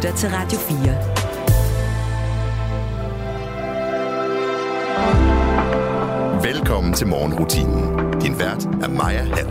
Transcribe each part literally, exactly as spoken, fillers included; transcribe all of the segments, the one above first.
lytter til Radio fire. Velkommen til morgenrutinen. Din vært er Maja Hall.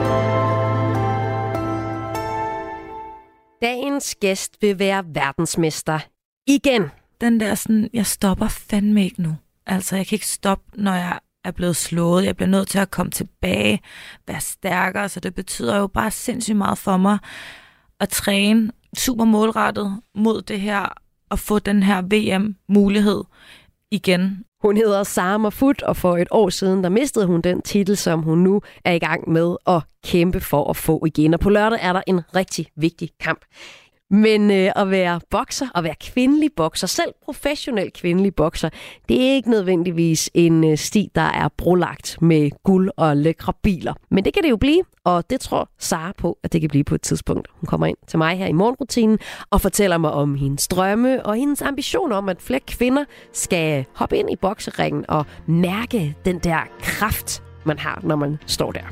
Dagens gæst vil være verdensmester igen. Den der sådan, jeg stopper fandme ikke nu. Altså, jeg kan ikke stoppe, når jeg er blevet slået. Jeg bliver nødt til at komme tilbage, være stærkere, så det betyder jo bare sindssygt meget for mig at træne super målrettet mod det her og få den her V M-mulighed igen. Hun hedder Sara Mahfood, og for et år siden, der mistede hun den titel, som hun nu er i gang med at kæmpe for at få igen. Og på lørdag er der en rigtig vigtig kamp. Men øh, at være bokser, at være kvindelig bokser, selv professionel kvindelig bokser, det er ikke nødvendigvis en øh, sti, der er brolagt med guld og lækre biler. Men det kan det jo blive, og det tror Sara på, at det kan blive på et tidspunkt. Hun kommer ind til mig her i morgenrutinen og fortæller mig om hendes drømme og hendes ambition om, at flere kvinder skal hoppe ind i bokseringen og mærke den der kraft, man har, når man står der.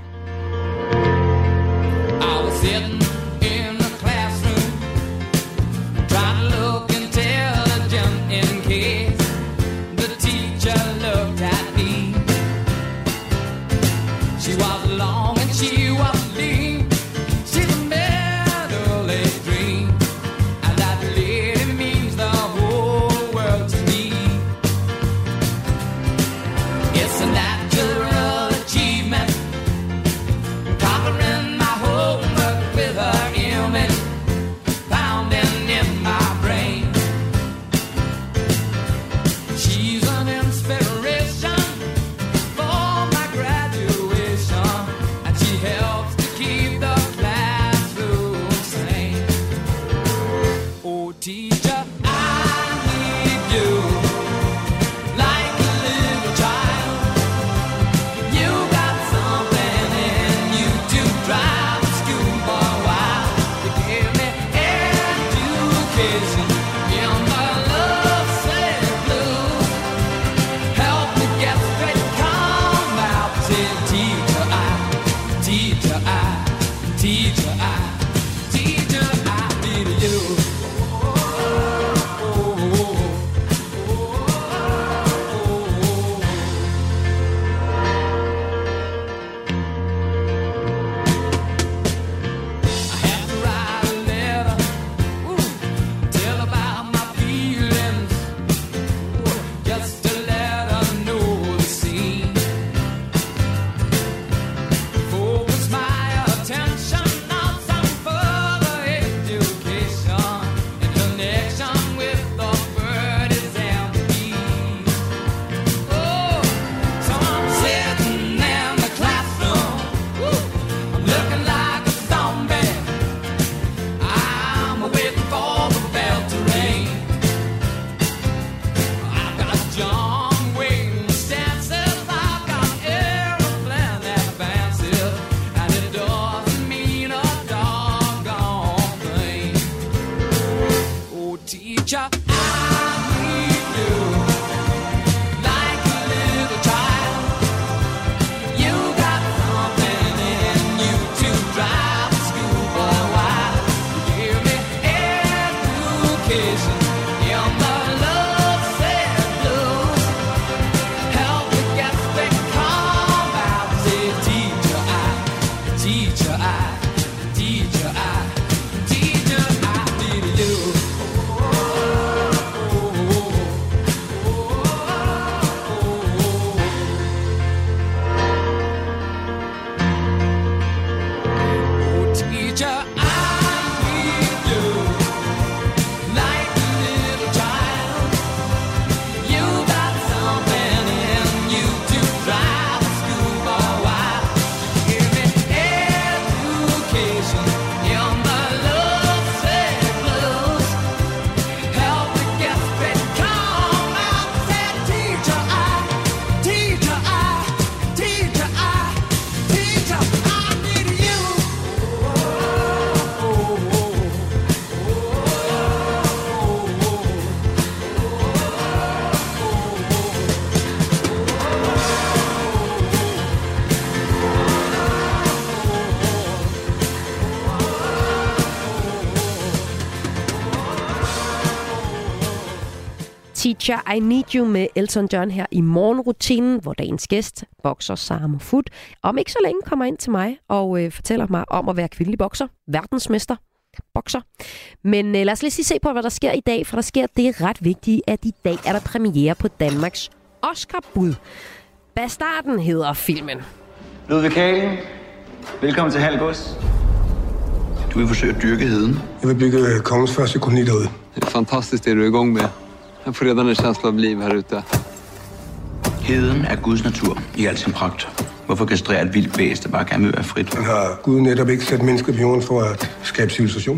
I was sitting in the classroom, trying to look intelligent in case the teacher looked at me. She was long and she was lean. She's a middle-aged dream, and that lady means the whole world to me. It's a natural achievement, conquering my homework with her image pounding in my brain. She's an inspiration for my graduation, and she helps to keep the classroom sane. Oh, teacher, I need you like a little child. You got something in you to drive the schoolboy wild. You give me education in the love sad blues. Help me get straight, come out, say teacher, I, teacher, I, teacher, I, teacher, I need you. Oh, oh, oh, oh, oh. I have to write a letter, ooh, tell about my feelings, ooh, just to let her know the scene. Focus my attention on some further education in connection with the birdies and the bees. Oh, so I'm sitting in the classroom, ooh, I'm looking like a zombie. I'm waiting for the bell to ring. I've got John Wayne stances, I've got aeroplane advances, and it doesn't mean a doggone thing. Oh, teacher, I need you like a little child. You got something in you to drive the schoolboy wild. You give me education in the love sad blues. Help me get straight, come out, say teacher, I, teacher, I, teacher, I, teacher, I need you. Oh, oh, oh, oh, oh, oh. Oh, teacher, I need you like a Teacher, I Need You med Elton John her i morgenrutinen, hvor dagens gæst, bokser Sarah Foot, om ikke så længe kommer ind til mig og øh, fortæller mig om at være kvindelig bokser, verdensmester, bokser. Men øh, lad os lige se på, hvad der sker i dag, for der sker det ret vigtige, at i dag er der premiere på Danmarks Oscar-bud. Bastarden hedder filmen. Ludvig Kalen, velkommen til Halgås. Du vil forsøge at dyrke heden. Jeg vil bygge kongens første koloni derude. Det er fantastisk, det du er i gang med. Jeg får redan en känsla av liv her ute. Heden er Guds natur i al sin pragt. Hvorfor kastrere et vildt væs, der bare gerne vil være frit? Man har Gud netop ikke sat mennesker på jorden for at skabe civilisation.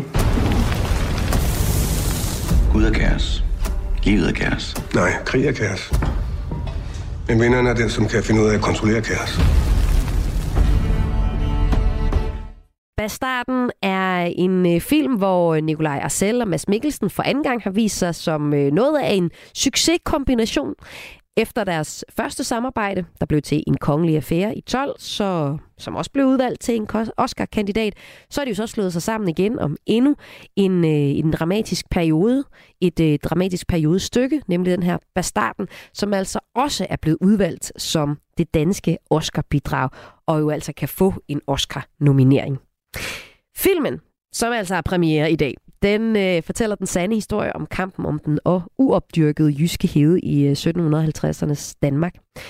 Gud er kaos. Livet er kaos. Nej, krig er kaos. Men vinderen er den, som kan finde ud af at kontrollere kaos. Bastarden er en øh, film, hvor Nikolaj Arcel og Mads Mikkelsen for anden gang har vist sig som øh, noget af en succeskombination. Efter deres første samarbejde, der blev til En Kongelig Affære i tolv, så, som også blev udvalgt til en Oscar-kandidat, så er de jo så slået sig sammen igen om endnu en, øh, en dramatisk periode, et øh, dramatisk periodestykke, nemlig den her Bastarden, som altså også er blevet udvalgt som det danske Oscar-bidrag, og jo altså kan få en Oscar-nominering. Filmen, som altså har premiere i dag, den øh, fortæller den sande historie om kampen om den og uopdyrkede jyske hede i øh, sytten halvtredsernes Danmark.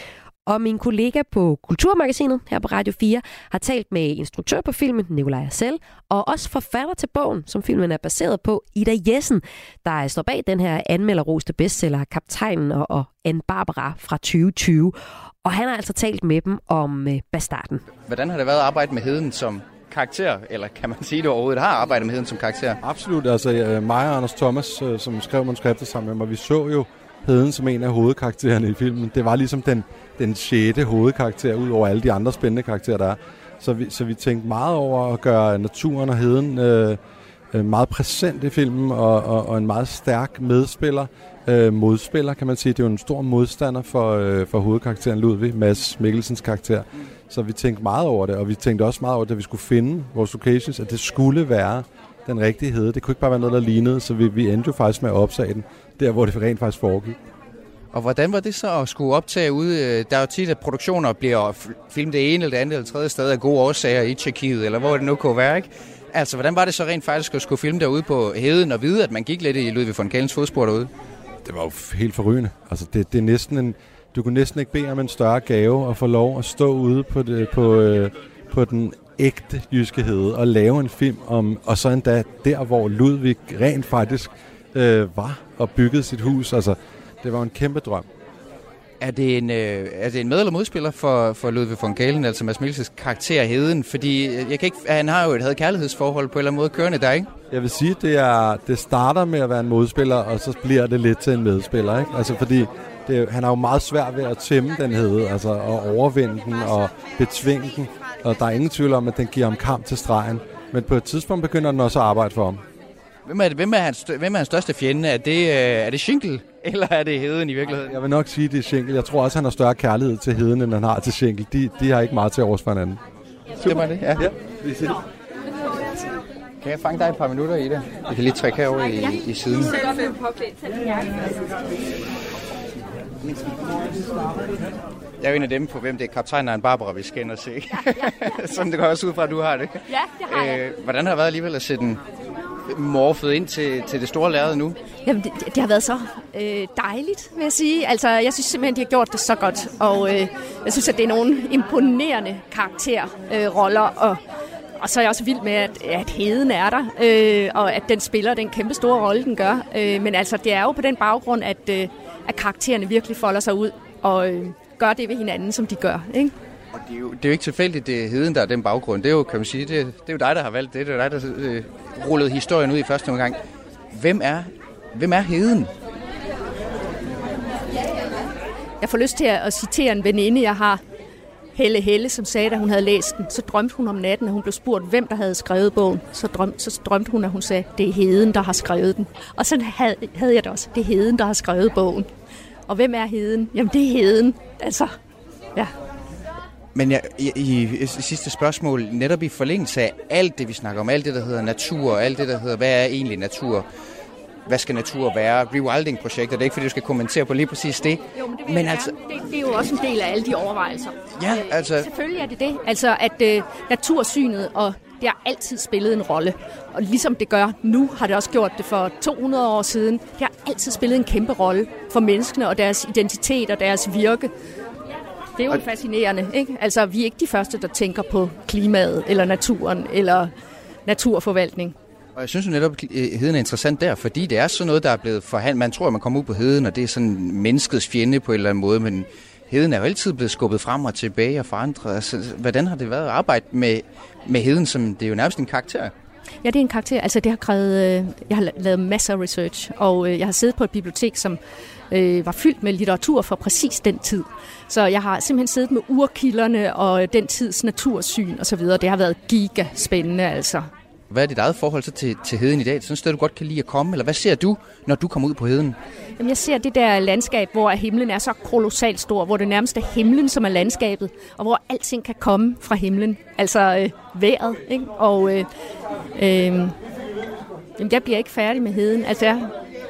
Og min kollega på Kulturmagasinet her på Radio fire har talt med instruktør på filmen, Nikolaj Arcel, og også forfatter til bogen, som filmen er baseret på, Ida Jessen, der står bag den her anmelderroste bestseller Kaptajnen og, og Anne Barbara fra tyve tyve. Og han har altså talt med dem om øh, Bastarden. Hvordan har det været at arbejde med heden som karakter, eller kan man sige det overhovedet, har arbejdet med heden som karakter? Absolut, altså mig og Anders Thomas, som skrev manuskriptet sammen med mig, vi så jo heden som en af hovedkaraktererne i filmen. Det var ligesom den, den sjette hovedkarakter, ud over alle de andre spændende karakterer, der er. Så vi, så vi tænkte meget over at gøre naturen og heden øh, meget præsent i filmen, og, og, og en meget stærk medspiller, øh, modspiller, kan man sige. Det er jo en stor modstander for, øh, for hovedkarakteren Ludvig, Mads Mikkelsens karakter. Så vi tænkte meget over det, og vi tænkte også meget over det, at vi skulle finde vores locations, at det skulle være den rigtige hede. Det kunne ikke bare være noget, der lignede, så vi, vi endte jo faktisk med at opsage den, der hvor det rent faktisk foregik. Og hvordan var det så at skulle optage ude? Der er jo tit, at produktioner bliver filmet det ene eller det andet eller tredje sted af gode årsager i Tjekkiet, eller hvor det nu kunne være, ikke? Altså, hvordan var det så rent faktisk at skulle filme derude på heden og vide, at man gik lidt i Ludvig von Kalens fodspor derude? Det var jo helt forrygende. Altså, det, det er næsten en... Du kunne næsten ikke bede om en større gave at få lov at stå ude på, det, på, øh, på den ægte jyske hede og lave en film om, og så endda der, hvor Ludvig rent faktisk øh, var og byggede sit hus. Altså, det var en kæmpe drøm. Er det en, øh, er det en med- eller modspiller for, for Ludvig von Kalen, altså Mads Mikkelsens karakter heden? Fordi jeg kan ikke, han har jo et had-kærlighedsforhold på en eller anden måde kørende der, ikke? Jeg vil sige, det er det starter med at være en modspiller, og så bliver det lidt til en medspiller, ikke? Altså fordi det, han er jo meget svært ved at tæmme den hede, altså at overvinde den og betvinge den, og der er ingen tvivl om, at den giver ham kamp til stregen. Men på et tidspunkt begynder den også at arbejde for ham. Hvem er, det, hvem er, hans, hvem er hans største fjende? Er det, øh, er det Schinkel, eller er det heden i virkeligheden? Jeg vil nok sige, det er Schinkel. Jeg tror også, han har større kærlighed til heden, end han har til Schinkel. De, de har ikke meget til overs for hinanden. Det var det, ja. Ja, vi ser. Kan jeg fange dig et par minutter i det? Jeg kan lige trække herover i, i siden. Jeg er jo en af dem, på hvem det er kaptajnen og Anne Barbara, vi skal ind og se. Ja, ja, ja. Som det går også ud fra, at du har det. Ja, det har jeg. Øh, hvordan har det været alligevel at sætte den morfet ind til, til det store lærred nu? Jamen, det, det har været så øh, dejligt, vil jeg sige. Altså, jeg synes simpelthen, de har gjort det så godt. Og øh, jeg synes, at det er nogle imponerende karakterroller. Øh, og, og så er jeg også vild med, at, at heden er der. Øh, og at den spiller den kæmpe store rolle, den gør. Øh, men altså, det er jo på den baggrund, at, øh, at karaktererne virkelig folder sig ud og øh, gør det ved hinanden, som de gør, ikke? Og det er, jo, det er jo ikke tilfældigt, det er heden, der er den baggrund. Det er jo, kan man sige, det, det er jo dig, der har valgt det. Det er jo dig, der øh, rullede historien ud i første omgang. Hvem er, hvem er heden? Jeg får lyst til at citere en veninde, jeg har, Helle Helle, som sagde, da hun havde læst den, så drømte hun om natten, og hun blev spurgt, hvem der havde skrevet bogen. Så drømte, så drømte hun, at hun sagde, det er heden, der har skrevet den. Og så havde, havde jeg det også, det er heden, der har skrevet bogen. Og hvem er heden? Jamen, det er heden. Altså, ja. Men jeg, i, i, i sidste spørgsmål, netop i forlængelse af alt det, vi snakker om, alt det, der hedder natur, og alt det, der hedder, hvad er egentlig natur? hvad skal natur være, rewilding-projekter, det er ikke fordi, du skal kommentere på lige præcis det. Jo, men det, vil men jeg altså, det, det er jo også en del af alle de overvejelser. Ja, øh, altså... Selvfølgelig er det det. Altså, at øh, natursynet, og det har altid spillet en rolle. Og ligesom det gør nu, har det også gjort det for to hundrede år siden. Det har altid spillet en kæmpe rolle for menneskene og deres identitet og deres virke. Det er jo fascinerende, ikke? Altså, vi er ikke de første, der tænker på klimaet, eller naturen, eller naturforvaltning. Og jeg synes jo netop, at heden er interessant der, fordi det er sådan noget, der er blevet forhandlet. Man tror, at man kommer ud på heden, og det er sådan menneskets fjende på en eller anden måde, men heden er jo altid blevet skubbet frem og tilbage og forandret. Altså, hvordan har det været at arbejde med, med heden, som det er jo nærmest en karakter? Ja, det er en karakter. Altså, det har krævet... Øh, jeg har lavet masser af research, og øh, jeg har siddet på et bibliotek, som øh, var fyldt med litteratur fra præcis den tid. Så jeg har simpelthen siddet med urkilderne og den tids natursyn osv. Det har været gigaspændende, altså. Hvad er dit eget forhold så til, til heden i dag? Sådan et sted, du godt kan lide at komme, eller hvad ser du, når du kommer ud på heden? Jamen, jeg ser det der landskab, hvor himlen er så kolossalt stor, hvor det nærmest er himlen, som er landskabet, og hvor alting kan komme fra himlen. Altså øh, vejret, ikke? Og øh, øh, jamen, jeg bliver ikke færdig med heden. Altså, jeg,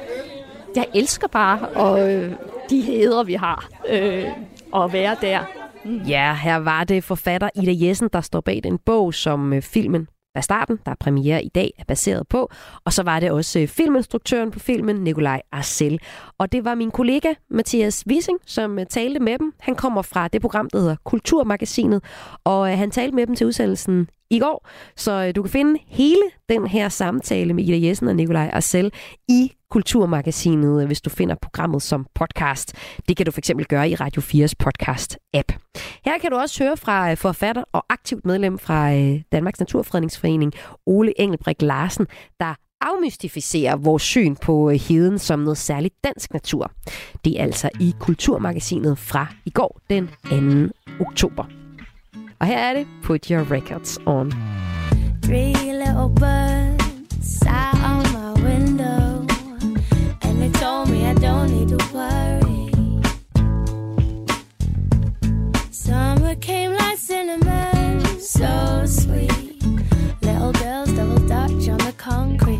jeg elsker bare og, øh, de heder, vi har, øh, at være der. Mm. Ja, her var det forfatter Ida Jessen, der står bag den bog, som øh, filmen af starten, der er premiere i dag, er baseret på. Og så var det også filminstruktøren på filmen, Nikolaj Arcel. Og det var min kollega, Mathias Wissing, som talte med dem. Han kommer fra det program, der hedder Kulturmagasinet, og han talte med dem til udsendelsen i går. Så du kan finde hele den her samtale med Ida Jessen og Nikolaj Arcel i Kulturmagasinet, hvis du finder programmet som podcast. Det kan du fx gøre i Radio fires podcast-app. Her kan du også høre fra forfatter og aktivt medlem fra Danmarks Naturfredningsforening, Ole Engelbrek Larsen, der afmystificerer vores syn på heden som noget særligt dansk natur. Det er altså i Kulturmagasinet fra i går, den anden oktober. Og her er det Put Your Records On. Three little birds sat on my window, and they told me I don't need to worry. Summer came like cinnamon, so sweet. Little girls double dutch on the concrete.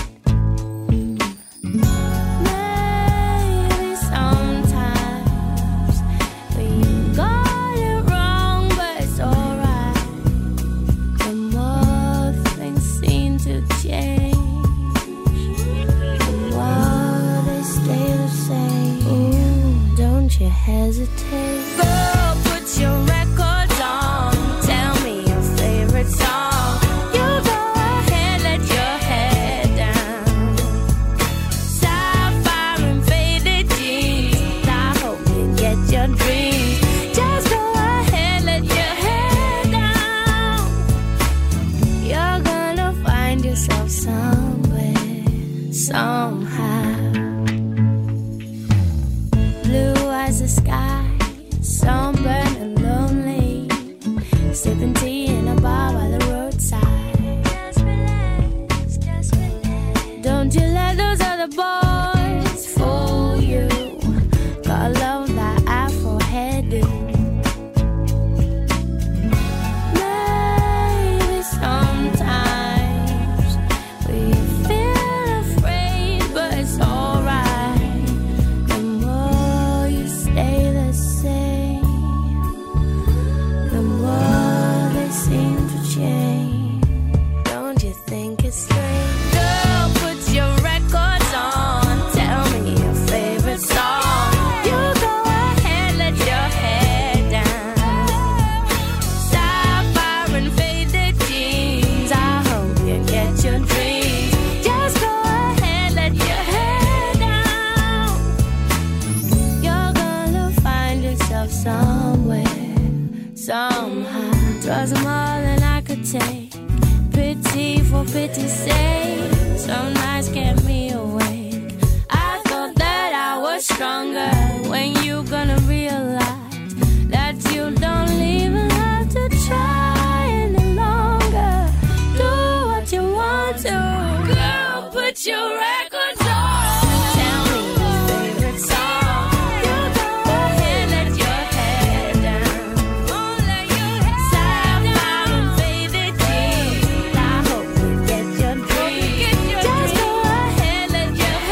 Maybe sometimes we got it wrong, but it's alright. The more things seem to change, the more they stay the same. Ooh, don't you hesitate. Girl, put your records on. Tell me your favorite song. You go ahead, let your head down. Sapphire and faded jeans. I hope you get your dreams. Just go ahead, let your head down. You're gonna find yourself somewhere, somehow. Blue as the sky, sunburned and lonely, sipping tea in a bar by the roadside. Just relax, just relax. Don't you let those other boys fool you. Gotta love that Afro hairdo. Maybe sometimes we feel afraid, but it's alright. The more you stay the same, the more they seem to change. Don't you think it's strange? Girl, put your records on. Tell me your favorite song. You go ahead, let your head down. Sapphire and faded jeans. I hope you get your dreams. Just go ahead, let your head down. You're gonna find yourself somewhere, somehow. Twas more than I could take. Pity for pity's sake. Some nights kept me awake. I thought that I was stronger. When you gonna realize that you don't even have to try any longer? Do what you want to. Girl, put your records on. Tell me your favorite song. You go ahead, let your head down. Sapphire and faded jeans. I hope you get your dreams. Just go ahead, let your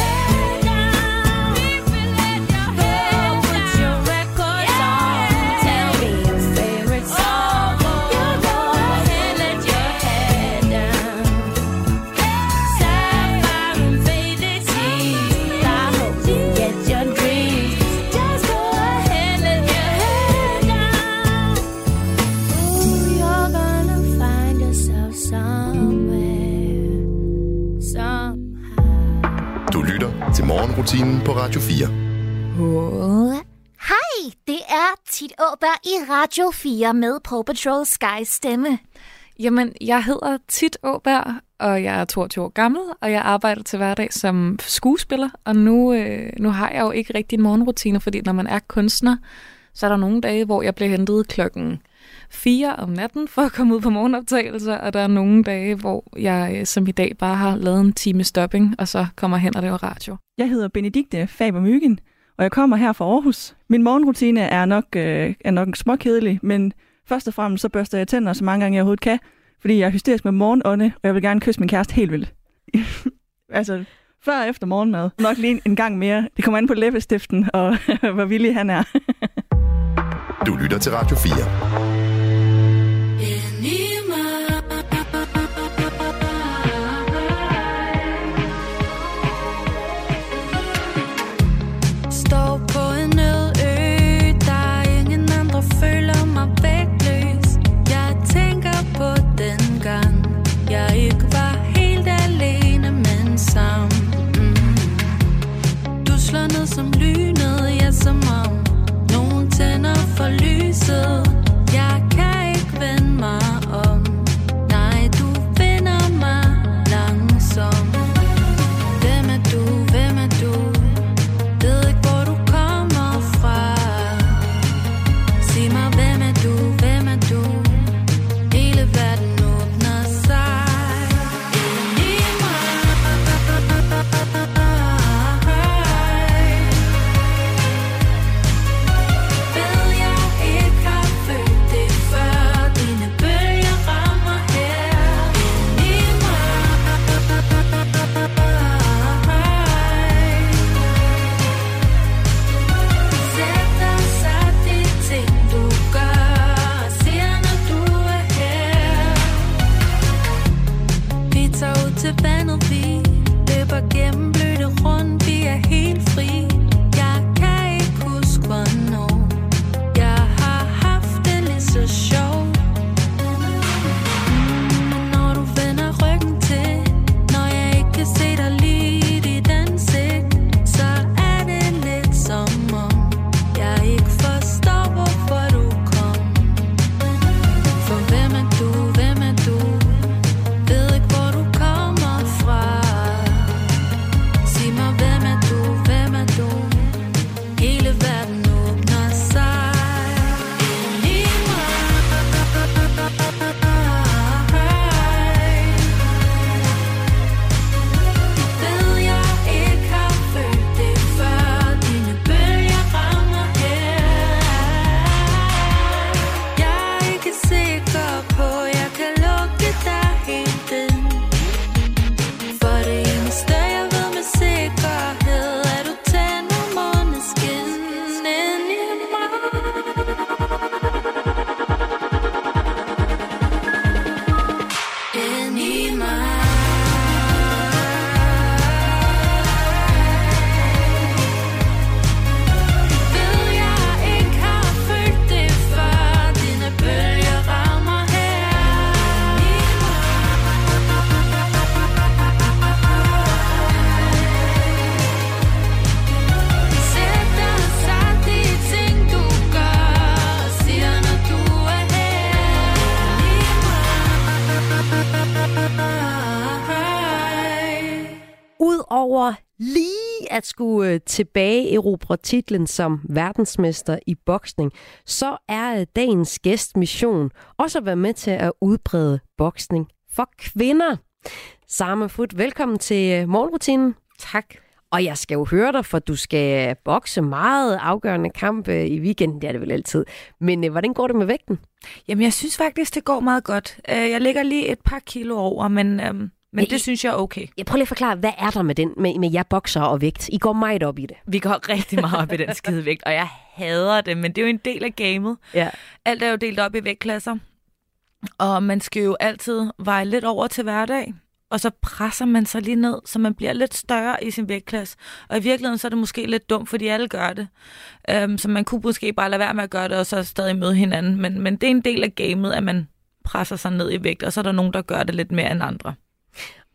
Du lytter til morgenrutinen på Radio fire. Hej, det er Tit Åberg i Radio fire med Paw Patrol Skys stemme. Jamen, jeg hedder Tit Åberg, og jeg er toogtyve år gammel, og jeg arbejder til hverdag som skuespiller. Og nu, øh, nu har jeg jo ikke rigtig en morgenrutine, fordi når man er kunstner, så er der nogle dage, hvor jeg bliver hentet klokken fire om natten for at komme ud på morgenoptagelser, og der er nogle dage, hvor jeg som i dag bare har lavet en time stopping, og så kommer hen og laver radio. Jeg hedder Benedikte Faber Myggen, og jeg kommer her fra Aarhus. Min morgenrutine er nok, øh, er nok småkedelig, men først og fremmest så børster jeg tænder så mange gange jeg overhovedet kan, fordi jeg er hysterisk med morgenånde, og jeg vil gerne kysse min kæreste helt vildt. altså, før og efter morgenmad. Nok lige en gang mere. Det kommer an på læbestiften, og hvor villig han er. Du lytter til Radio fire. Står på en øde ø, der er ingen andre føler mig vægtløs. Jeg tænker på den gang, jeg ikke var helt alene, men sammen. Mm. Du slår ned som lynet, ja, som om nogen tænder for lyset. Jeg kan ikke vende mig om. Nej, du vinder mig langsomt. Hvem er du, hvem er du? Ved ikke, hvor du kommer fra. Sig mig, hvem er du, hvem er du? Hele verden åbner sig ind i mig. Ved jeg ikke har følt det før. Dine bølger rammer her ind i mig. Sætter sig de ting, du gør, og siger, når du er her. Vi tager ud til vandet, vi løber gennem blødte rundt, vi er helt fri. Jeg kan ikke huske, hvornår jeg har haft det lige så sjovt. Men når du vender ryggen til, når jeg ikke kan se dig lige i dit ansigt, så er det lidt som om jeg ikke forstår, hvorfor du kom. For hvem er du, hvem er du? Ved ikke, hvor du kommer fra. Sig mig, hvem er du, hvem er du? Hele verden åbner sig ind i mig. Ved jeg ikke har følt det før. Dine bølger rammer her. Jeg er ikke sikker på, jeg kan lukke dig helt ind. For det eneste jeg ved med sikkerhed, er du tænder måneskin ind i mig. Ind i mig. Ved jeg ikke har følt det før. Dine bølger rammer her i mig. Sætter sig de ting, du gør, og siger, når du er her i mig. Udover lige at skulle øh, tilbage erobre titlen som verdensmester i boksning, så er øh, dagens gæstmission også at være med til at udbrede boksning for kvinder. Sarma Foot, velkommen til øh, morgenrutinen. Tak. Og jeg skal jo høre dig, for du skal bokse meget afgørende kamp øh, i weekenden. Det er det vel altid. Men øh, hvordan går det med vægten? Jamen, jeg synes faktisk, det går meget godt. Øh, Jeg ligger lige et par kilo over, men, øhm, men Men det I- synes jeg er okay. Jeg prøver lige at forklare, hvad er der med den med, med jer bokser og vægt? I går meget op i det. Vi går rigtig meget op i den skide vægt, og jeg hader det, men det er jo en del af gamet. Ja. Alt er jo delt op i vægtklasser, og man skal jo altid veje lidt over til hverdag, og så presser man sig lige ned, så man bliver lidt større i sin vægtklasse. Og i virkeligheden så er det måske lidt dumt, fordi alle gør det. Um, så man kunne måske bare lade være med at gøre det, og så stadig møde hinanden. Men, men det er en del af gamet, at man presser sig ned i vægt, og så er der nogen, der gør det lidt mere end andre.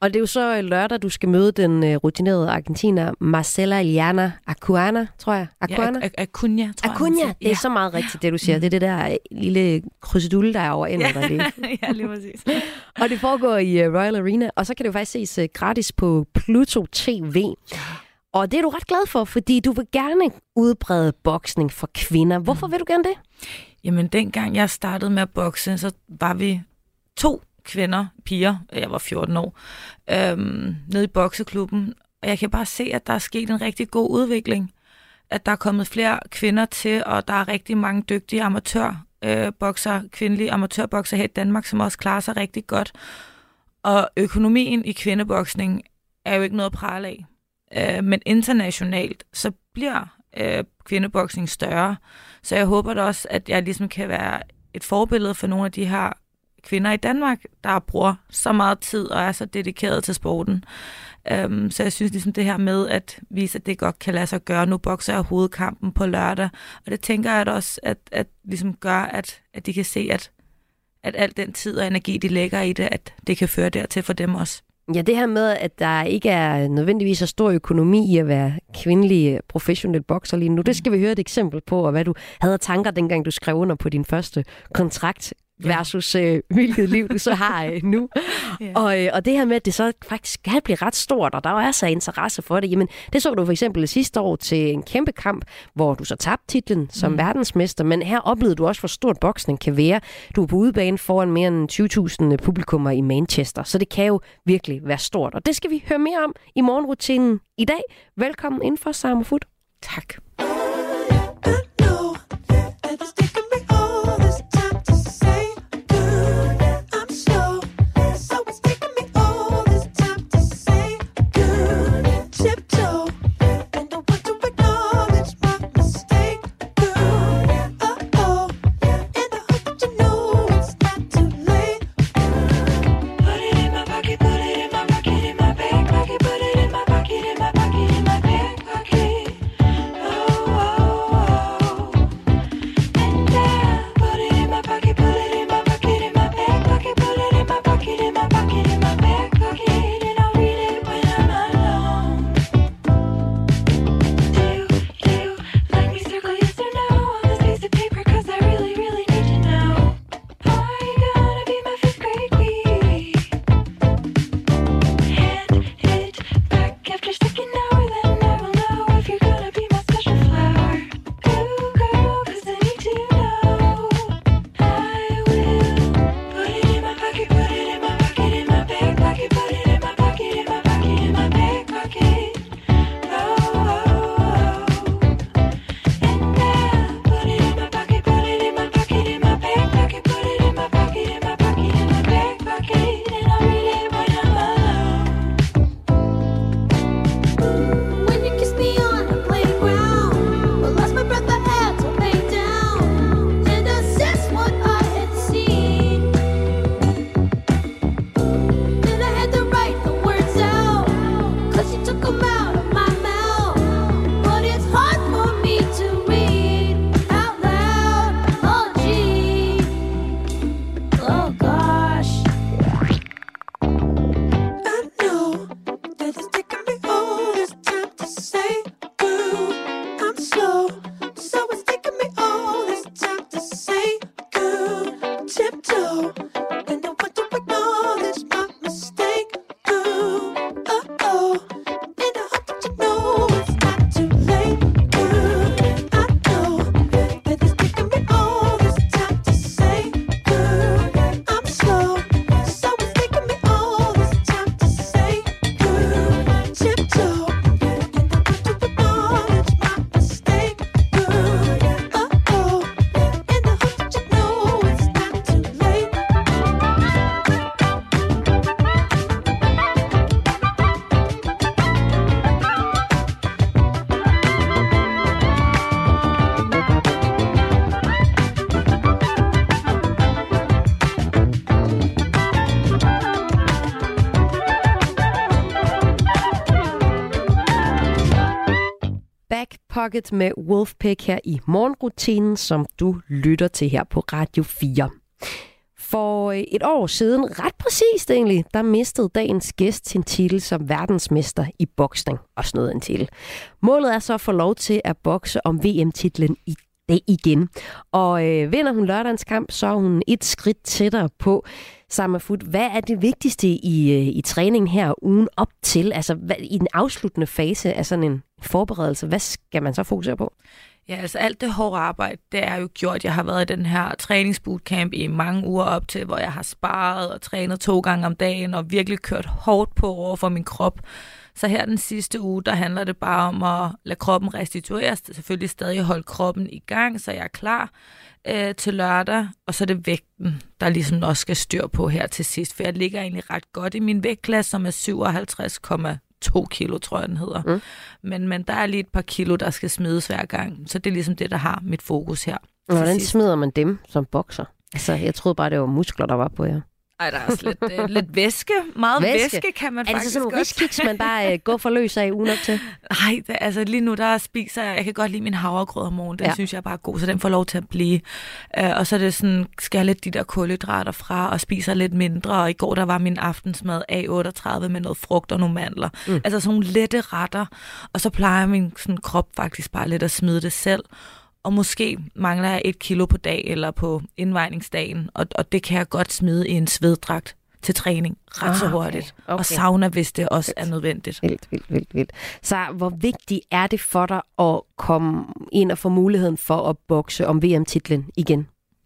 Og det er jo så lørdag, du skal møde den uh, rutinerede argentiner Marcela Iliana Acuña, tror jeg. Acuña? Ja, Acuña, tror Acuña, jeg. det er så meget rigtigt, det du siger. Det er det der lille krydsedulle, der er over ender der lige. Ja, lige præcis. Og det foregår i uh, Royal Arena, og så kan det jo faktisk ses uh, gratis på Pluto T V. Og det er du ret glad for, fordi du vil gerne udbrede boksning for kvinder. Hvorfor vil du gerne det? Jamen, dengang jeg startede med at bokse, så var vi to kvinder, piger, jeg var fjorten år, øhm, nede i bokseklubben. Og jeg kan bare se, at der er sket en rigtig god udvikling. At der er kommet flere kvinder til, og der er rigtig mange dygtige amatørbokser, kvindelige amatørbokser her i Danmark, som også klarer sig rigtig godt. Og økonomien i kvindeboksning er jo ikke noget at prale af. Øh, men internationalt, så bliver øh, kvindeboksning større. Så jeg håber da også, at jeg ligesom kan være et forbillede for nogle af de her kvinder i Danmark, der bruger så meget tid og er så dedikeret til sporten. Um, så jeg synes ligesom det her med at vise, at det godt kan lade sig gøre. Nu bokser jeg hovedkampen på lørdag, og det tænker jeg også, at, at ligesom gør, at, at de kan se, at, at al den tid og energi, de lægger i det, at det kan føre dertil for dem også. Ja, det her med, at der ikke er nødvendigvis så stor økonomi i at være kvindelig professionel bokser lige nu, det skal vi høre et eksempel på, og hvad du havde tanker, dengang du skrev under på din første kontrakt, versus øh, hvilket liv du så har øh, nu. Yeah. Og, øh, og det her med, at det så faktisk skal blive ret stort, og der er så interesse for det. Jamen, det så du for eksempel sidste år til en kæmpe kamp, hvor du så tabte titlen som mm. verdensmester, men her oplevede du også, hvor stort boksning kan være. Du er på udebane foran mere end tyve tusind publikummer i Manchester, så det kan jo virkelig være stort. Og det skal vi høre mere om i morgenrutinen i dag. Velkommen inden for Sarah Foot. Tak. Pocket med Wolfpack her i morgenrutinen, som du lytter til her på Radio fire. For et år siden, ret præcist egentlig, der mistede dagens gæst sin titel som verdensmester i boksning. Også noget en titel. Målet er så at få lov til at bokse om V M-titlen i dag igen. Og øh, vinder hun lørdagens kamp, så er hun et skridt tættere på. Sama Food, hvad er det vigtigste i, øh, i træningen her ugen op til? Altså hvad, i den afsluttende fase af sådan en forberedelse, hvad skal man så fokusere på? Ja, altså alt det hårde arbejde, det er jo gjort. Jeg har været i den her træningsbootcamp i mange uger op til, hvor jeg har sparet og trænet to gange om dagen og virkelig kørt hårdt på over for min krop. Så her den sidste uge, der handler det bare om at lade kroppen restitueres. Selvfølgelig stadig holde kroppen i gang, så jeg er klar øh, til lørdag. Og så er det vægten, der ligesom også skal styr på her til sidst. For jeg ligger egentlig ret godt i min vægtklasse, som er syvoghalvtreds komma to kilo, tror jeg, den hedder. Mm. Men, men der er lige et par kilo, der skal smides hver gang. Så det er ligesom det, der har mit fokus her. Hvordan smider man dem som bokser? Altså, jeg troede bare, det var muskler, der var på jer. Ej, der er også lidt, øh, lidt væske. Meget væske. væske kan man er faktisk godt. Er det sådan nogle riskiks, man bare øh, går for løs af ugen op til? Nej, det, altså lige nu, der spiser jeg, jeg kan godt lide min havregrød om morgenen. Den ja. synes jeg er bare god, så den får lov til at blive. Uh, og så er det sådan, skal jeg lidt de der kulhydrater fra, og spiser lidt mindre. Og i går, der var min aftensmad A otteogtredive med noget frugt og nogle mandler. Mm. Altså sådan nogle lette retter. Og så plejer min sådan, krop faktisk bare lidt at smide det selv. Og måske mangler jeg et kilo på dag eller på indvejningsdagen, og, og det kan jeg godt smide i en sveddragt til træning ret ah, så hurtigt. Okay, okay. Og sauna, hvis det også vildt. er nødvendigt. Vildt, vildt, vildt, vildt. Så hvor vigtigt er det for dig at komme ind og få muligheden for at bokse om V M-titlen igen?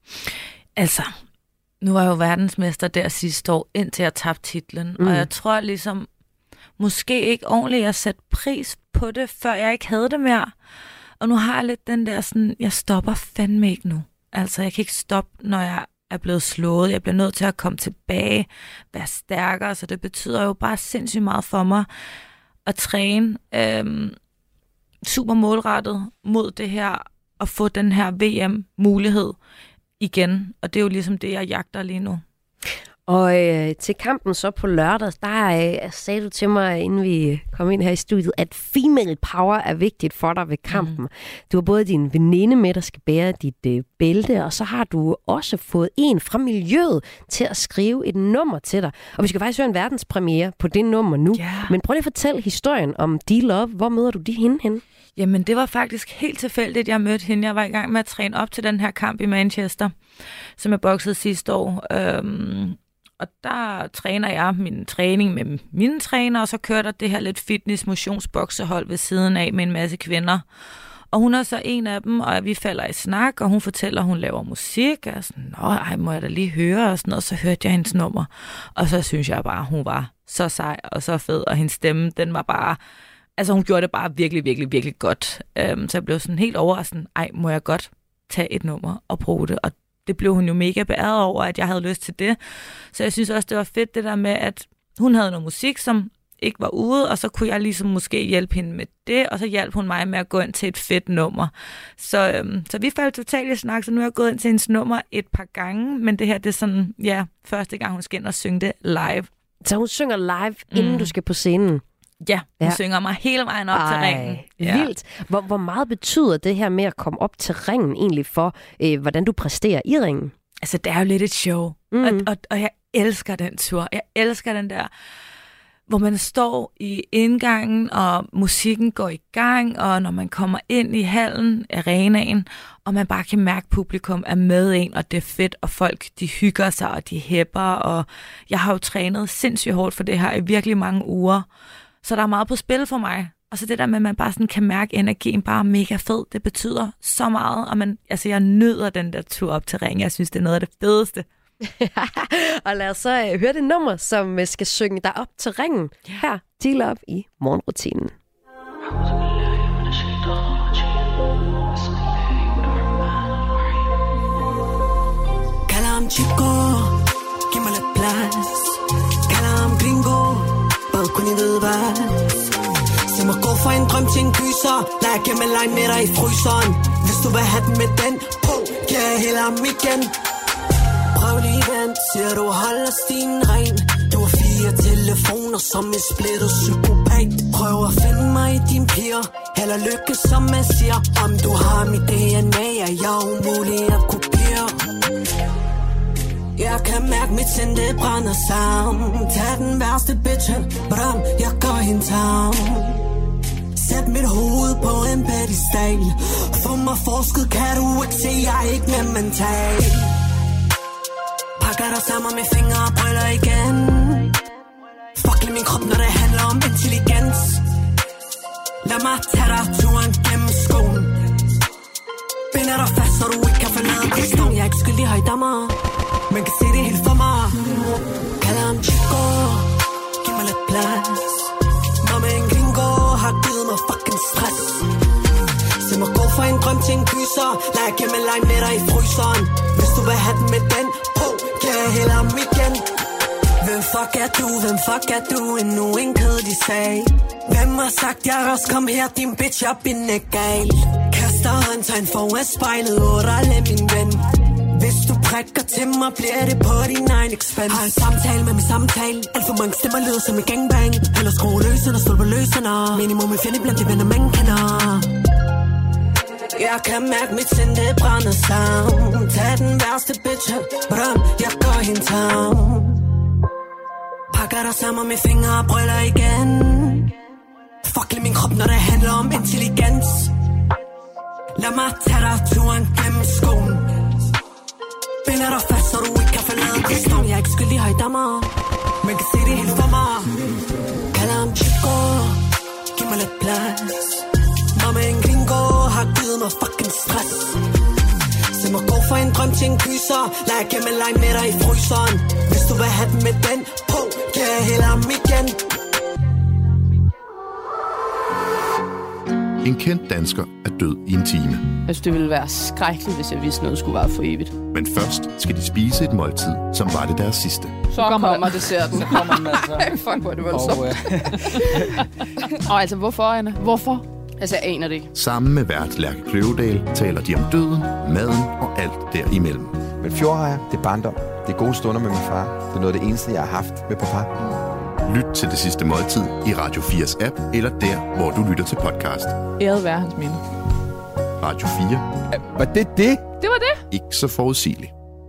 Altså, nu var jeg jo verdensmester der sidste år, indtil jeg tabte titlen. Mm. Og jeg tror ligesom, måske ikke ordentligt at sætte pris på det, før jeg ikke havde det mere. Og nu har jeg lidt den der sådan, jeg stopper fandme ikke nu. Altså, jeg kan ikke stoppe, når jeg er blevet slået. Jeg bliver nødt til at komme tilbage, være stærkere, så det betyder jo bare sindssygt meget for mig at træne øhm, super målrettet mod det her, og få den her V M-mulighed igen. Og det er jo ligesom det, jeg jagter lige nu. Og øh, til kampen så på lørdag, der øh, sagde du til mig, inden vi kom ind her i studiet, at female power er vigtigt for dig ved kampen. Mm. Du har både din veninde med, der skal bære dit øh, bælte, og så har du også fået en fra miljøet til at skrive et nummer til dig. Og vi skal faktisk høre en verdenspremiere på det nummer nu. Yeah. Men prøv lige at fortælle historien om D-Love. Hvor møder du de hende henne? Jamen, det var faktisk helt tilfældigt, jeg mødte hende. Jeg var i gang med at træne op til den her kamp i Manchester, som jeg boksede sidste år. Øhm Og der træner jeg min træning med mine træner, og så kører der det her lidt fitness-motionsboksehold ved siden af med en masse kvinder. Og hun er så en af dem, og vi falder i snak, og hun fortæller, at hun laver musik. Og jeg er sådan, nå, ej, må jeg da lige høre, og sådan noget. Så hørte jeg hendes nummer, og så synes jeg bare, hun var så sej og så fed, og hendes stemme, den var bare... Altså, hun gjorde det bare virkelig, virkelig, virkelig godt. Um, så jeg blev sådan helt overrasket, ej, må jeg godt tage et nummer og bruge det, og det blev hun jo mega beæret over, at jeg havde lyst til det. Så jeg synes også, det var fedt det der med, at hun havde noget musik, som ikke var ude, og så kunne jeg ligesom måske hjælpe hende med det, og så hjalp hun mig med at gå ind til et fedt nummer. Så, øhm, så vi faldt totalt i snak, så nu er jeg gået ind til hendes nummer et par gange, men det her, det er sådan, ja, første gang hun skal ind og synge det live. Så hun synger live, inden mm. du skal på scenen? Ja, hun ja. synger mig hele vejen op Ej, til ringen. Ja. Vildt. Hvor, hvor meget betyder det her med at komme op til ringen egentlig for, øh, hvordan du præsterer i ringen? Altså, det er jo lidt et show, mm. og, og, og jeg elsker den tur. Jeg elsker den der, hvor man står i indgangen, og musikken går i gang, og når man kommer ind i hallen, arenaen, og man bare kan mærke, at publikum er med en, og det er fedt, og folk, de hygger sig, og de hæpper, og jeg har jo trænet sindssygt hårdt for det her i virkelig mange uger. Så der er meget på spil for mig. Og så det der med, at man bare sådan kan mærke energien bare mega fed, det betyder så meget. Og man, altså jeg nyder den der tur op til ringen. Jeg synes, det er noget af det fedeste. Og lad os så uh, høre det nummer, som uh, skal synge dig op til ringen. Yeah. Her, D-Love i morgenrutinen. Kalder ham chico, giv mig lidt plads. Kalder ham gringo, bare kun I ved hvad. Se mig gå fra en drøm til en kyser. Lad jeg gemme leg med dig i fryseren. Hvis du vil have den med den på, kan jeg hælde ham igen. Prøv lige vent, siger du holder stien ren. Du har fire telefoner som en splittet psykopat. Prøv at finde mig i din piger. Heller lykke som man siger. Om du har mit D N A, er jeg umulig at kopiere. Jeg kan mærke mit sind, det brænder sammen. Tag den værste bitch, bram, jeg går hende tarm. Sæt mit hoved på en pedestal. Få mig forsket, kan du ikke se, jeg er ikke mere mental. Pakker dig sammen med fingre og briller igen. Fuck lige min krop, når det handler om intelligens. Lad mig tage dig turen gennem skoen. Binder dig fast, så du ikke kan forlade pistolen. Jeg er ikke skyldig højdammer, man kan se det helt for mig. Kalder ham chico, giv mig lidt plads. Når med en gringo har givet mig fucking stress. Se mig gå fra en drøm til en kyser. Lad jeg gemme leg med dig i fryseren. Hvis du vil have den med den på, kan jeg hælde ham igen. Hvem fuck er du, hvem fuck er du? Endnu en kedelig sag. Hvem har sagt, jeg også kom her, din bitch, jeg binder gal. Kaster håndtegn foran spejlet, orale min ven. Hvis du prikker til mig, bliver det på din egen expense. Har en samtale med min samtale. Alt for mange stemmer lyder som en gangbang. Eller skrue løsende, stå på løsende. Minimum i fjende blandt de venner, man kender. Jeg kan mærke mit sind, det brænder sammen. Tag den værste bitch, bram, jeg går hende tarm. Pakker dig sammen med fingre og briller igen. Fuck lige min krop, når det handler om intelligens. Lad mig tage dig turen gennem skoen. Binder dig fast, så du ikke kan forlade pistolen. Jeg er ikke skyldig højdammer, man kan se det helt for mig. Kalder ham chico, giv mig lidt plads. Når med en gringo har givet mig fucking stress. Se mig gå fra en drøm til en kyser. Lad jeg gemme leg med dig i fryseren. Hvis du vil have den med den på, kan jeg hælde ham igen. En kendt dansker er død i en time. Jeg synes, det ville være skrækkeligt, hvis jeg vidste noget skulle være for evigt. Men først skal de spise et måltid, som var det deres sidste. Så kommer, kommer desserten. Så kommer den altså. Fuck, hvor er det voldsomt. Og, øh... Og altså, hvorfor, Anna? Hvorfor? Altså, jeg aner det ikke. Sammen med vært Lærke Kløvedal taler de om døden, maden og alt derimellem. Men fjordrejer, det er barndom. Det er gode stunder med min far. Det er noget af det eneste, jeg har haft med pappa. Lyt til Det Sidste Måltid i Radio fires app, eller der, hvor du lytter til podcast. Æret være hans minde. Radio fire. Var det det? Det var det. Ikke så forudsigeligt.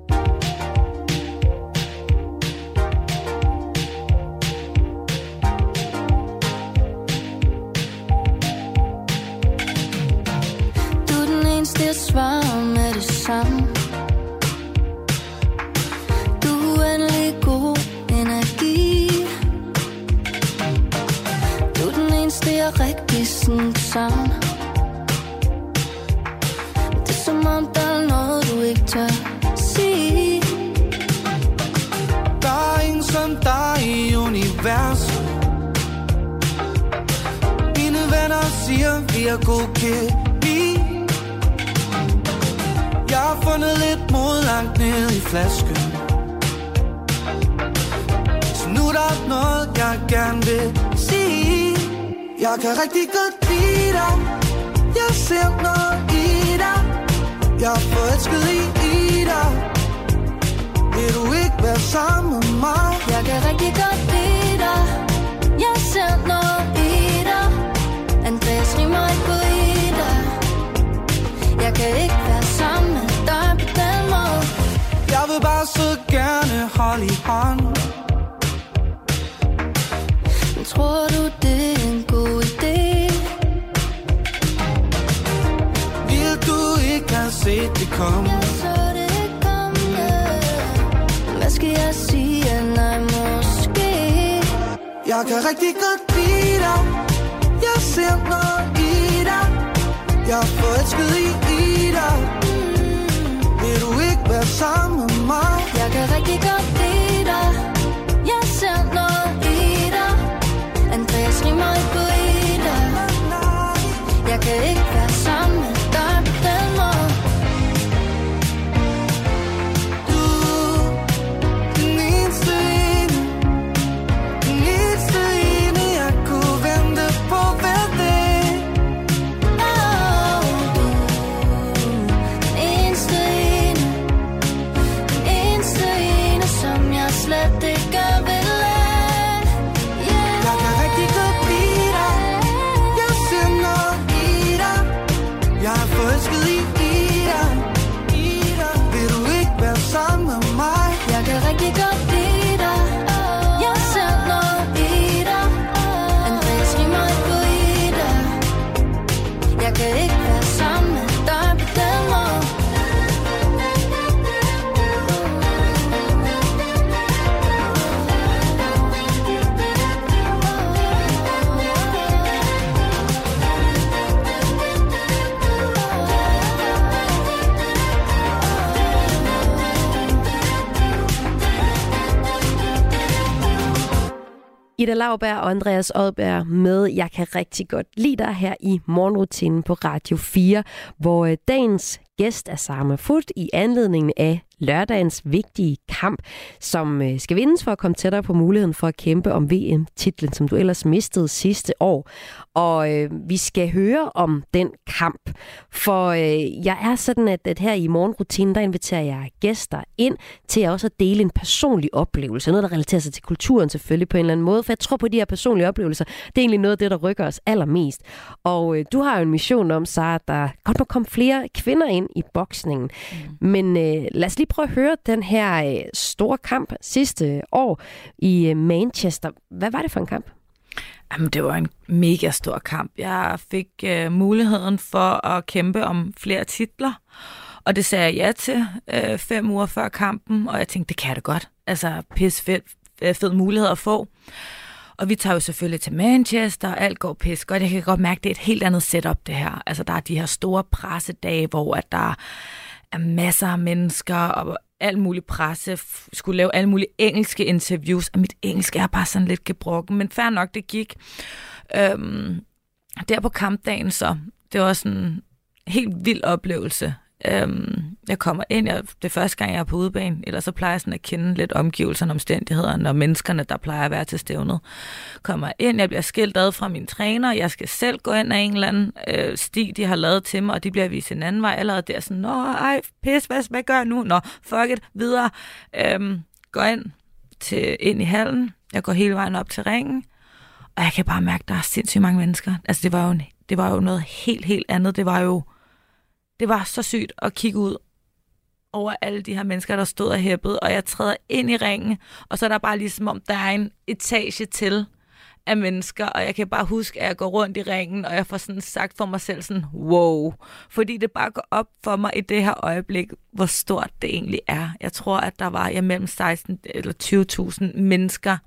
Du er den eneste, jeg svarer med det samme. Du er uendelig god energi. Du er den eneste, jeg rigtig sådan sammen. Det er som om, der er noget, du ikke tør sige. Der er ingen som dig i universet. Mine venner siger, vi er god kemi. Jeg har fundet lidt mod langt ned i flasken. Så nu er der noget, jeg gerne vil sige. Jeg kan rigtig godt lide dig. Jeg ser noget i dig. Jeg er forelsket i, i dig. Vil du ikke være sammen med mig? Jeg kan rigtig godt lide dig. Jeg ser noget i dig. Andreas rimer ikke på i dig. Jeg kan ikke være sammen med dig på den måde. Jeg vil bare så gerne holde i hånd. Men tror du, det er en god idé? Vil du ikke have set det komme? Jeg så det ikke komme. Hvad skal jeg sige? Nej, måske. Jeg kan rigtig godt lide dig. Jeg ser noget i dig. Jeg er forelsket i, i dig. Vil du ikke være sammen med mig? Jeg kan rigtig godt lide dig. Jeg ser noget i dig. Andreas rimer ikke på i dig. Jeg kan ikke være sammen med dig på den måde. Du, den eneste ene. Den eneste ene, jeg kunne vente på hver dag. Oh, du, den eneste ene. Den eneste ene, som jeg slet ikke vil lade. Jeg kan rigtig godt lide dig. Jeg ser noget i dig. Birgitte Lauberg og Andreas Odberg med Jeg kan rigtig godt lide dig her i morgenrutinen på Radio fire, hvor øh, dagens gæst er Sarma Fut i anledningen af lørdagens vigtige kamp, som øh, skal vindes for at komme tættere på muligheden for at kæmpe om V M-titlen, som du ellers mistede sidste år. Og øh, vi skal høre om den kamp, for øh, jeg er sådan, at, at her i morgenrutinen, der inviterer jeg gæster ind til også at dele en personlig oplevelse. Noget, der relaterer sig til kulturen selvfølgelig på en eller anden måde, for jeg tror på, at de her personlige oplevelser, det er egentlig noget af det, der rykker os allermest. Og øh, du har jo en mission om, så at der godt må komme flere kvinder ind i boksningen. Mm. Men øh, lad os lige prøve at høre den her øh, store kamp sidste år i øh, Manchester. Hvad var det for en kamp? Jamen, det var en mega stor kamp. Jeg fik øh, muligheden for at kæmpe om flere titler, og det sagde jeg ja til øh, fem uger før kampen, og jeg tænkte, det kan jeg da godt. Altså, pis fed, fed mulighed at få. Og vi tager jo selvfølgelig til Manchester, og alt går pis godt. Jeg kan godt mærke, det er et helt andet setup, det her. Altså, der er de her store pressedage, hvor at der er masser af mennesker, og alt muligt presse, skulle lave alle mulige engelske interviews, og mit engelsk er bare sådan lidt gebrokken, men fair nok, det gik. Øhm, der på kampdagen så, det var sådan en helt vild oplevelse. Øhm, jeg kommer ind, jeg, det er første gang, jeg er på udebane, ellers så plejer jeg sådan at kende lidt omgivelserne, omstændighederne og menneskerne, der plejer at være til stævnet. Kommer ind, jeg bliver skilt ad fra min træner, jeg skal selv gå ind af en eller anden øh, sti, de har lavet til mig, og de bliver vist en anden vej allerede der, sådan, nå, ej, pis, hvad, hvad gør jeg nu? Nå, fuck it, videre. Øhm, går ind, til, ind i hallen, jeg går hele vejen op til ringen, og jeg kan bare mærke, at der er sindssygt mange mennesker. Altså, det var jo, en, det var jo noget helt, helt andet. Det var jo Det var så sygt at kigge ud over alle de her mennesker, der stod og hæppede, og jeg træder ind i ringen, og så er der bare ligesom om, der er en etage til af mennesker, og jeg kan bare huske, at jeg går rundt i ringen, og jeg får sådan sagt for mig selv sådan, wow, fordi det bare går op for mig i det her øjeblik, hvor stort det egentlig er. Jeg tror, at der var ja, mellem seksten eller tyve tusind mennesker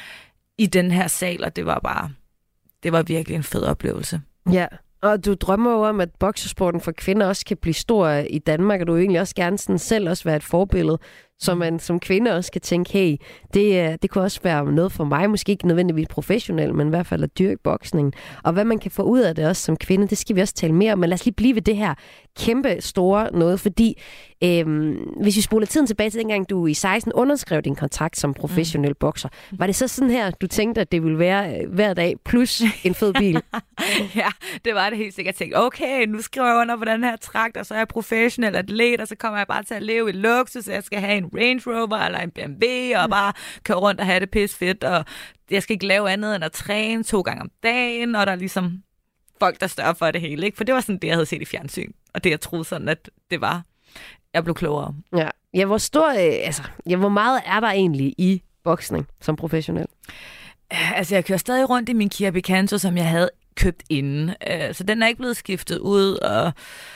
i den her sal, og det var bare, det var virkelig en fed oplevelse. Ja. Og du drømmer jo om, at boksesporten for kvinder også kan blive stor i Danmark, og du vil egentlig også gerne sådan selv også være et forbillede, så man som kvinde også kan tænke, hey, det, det kunne også være noget for mig, måske ikke nødvendigvis professionelt, men i hvert fald at dyrke boksningen. Og hvad man kan få ud af det også som kvinde, det skal vi også tale mere om, men lad os lige blive ved det her kæmpe store noget, fordi øhm, hvis vi spoler tiden tilbage til dengang, du i seksten underskrev din kontrakt som professionel mm. bokser, var det så sådan her, du tænkte, at det ville være øh, hver dag plus en fed bil? Ja, det var det helt sikkert. Jeg tænkte, okay, nu skriver jeg under på den her trakt, og så er jeg professionel atlet, og så kommer jeg bare til at leve i luksus, jeg skal have en Range Rover eller en B M W, og bare køre rundt og have det pis fedt, og jeg skal ikke lave andet end at træne to gange om dagen, og der er ligesom folk, der større for det hele, ikke? For det var sådan det, jeg havde set i fjernsyn, og det, jeg troede sådan, at det var. Jeg blev klogere. Ja, ja hvor stor, øh, altså, ja, hvor meget er der egentlig i boksning som professionel? Altså, jeg kører stadig rundt i min Kia Picanto, som jeg havde købt inden, så den er ikke blevet skiftet ud, og,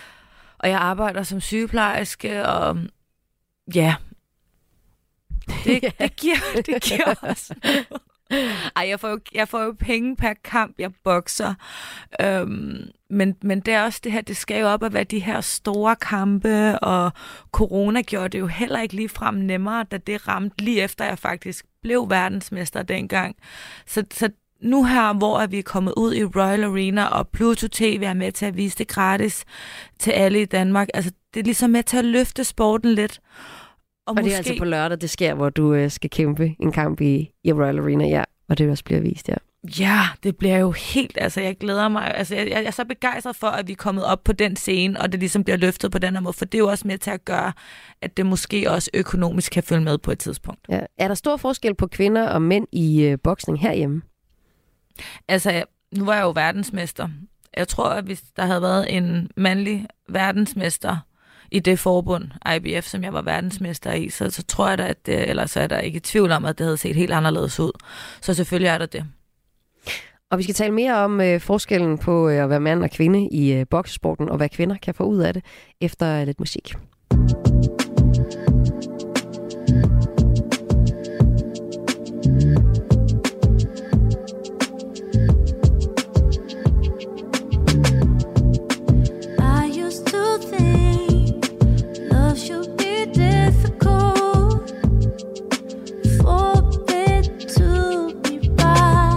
og jeg arbejder som sygeplejerske, og ja, det, det giver, det giver også noget. Ej, jeg får, jo, jeg får jo penge per kamp, jeg bokser. Øhm, men, men det er også det her, det skal jo op at være de her store kampe, og corona gjorde det jo heller ikke ligefrem nemmere, da det ramte lige efter, jeg faktisk blev verdensmester dengang. Så, så nu her, hvor vi er kommet ud i Royal Arena, og Pluto T V er med til at vise det gratis til alle i Danmark, altså det er ligesom med til at løfte sporten lidt. Og, og måske... det er altså på lørdag, det sker, hvor du øh, skal kæmpe en kamp i, i Royal Arena, ja, og det også bliver vist, ja. Ja, det bliver jo helt, altså jeg glæder mig, altså jeg, jeg er så begejstret for, at vi er kommet op på den scene, og det ligesom bliver løftet på den her måde, for det er jo også med til at gøre, at det måske også økonomisk kan følge med på et tidspunkt. Ja. Er der stor forskel på kvinder og mænd i øh, boksning herhjemme? Altså, nu var jeg jo verdensmester. Jeg tror, at hvis der havde været en mandlig verdensmester i det forbund, I B F, som jeg var verdensmester i, så, så tror jeg da, at det, eller så er der ikke i tvivl om, at det havde set helt anderledes ud. Så selvfølgelig er der det. Og vi skal tale mere om øh, forskellen på øh, at være mand og kvinde i øh, boksesporten, og hvad kvinder kan få ud af det, efter lidt musik. For it to be right.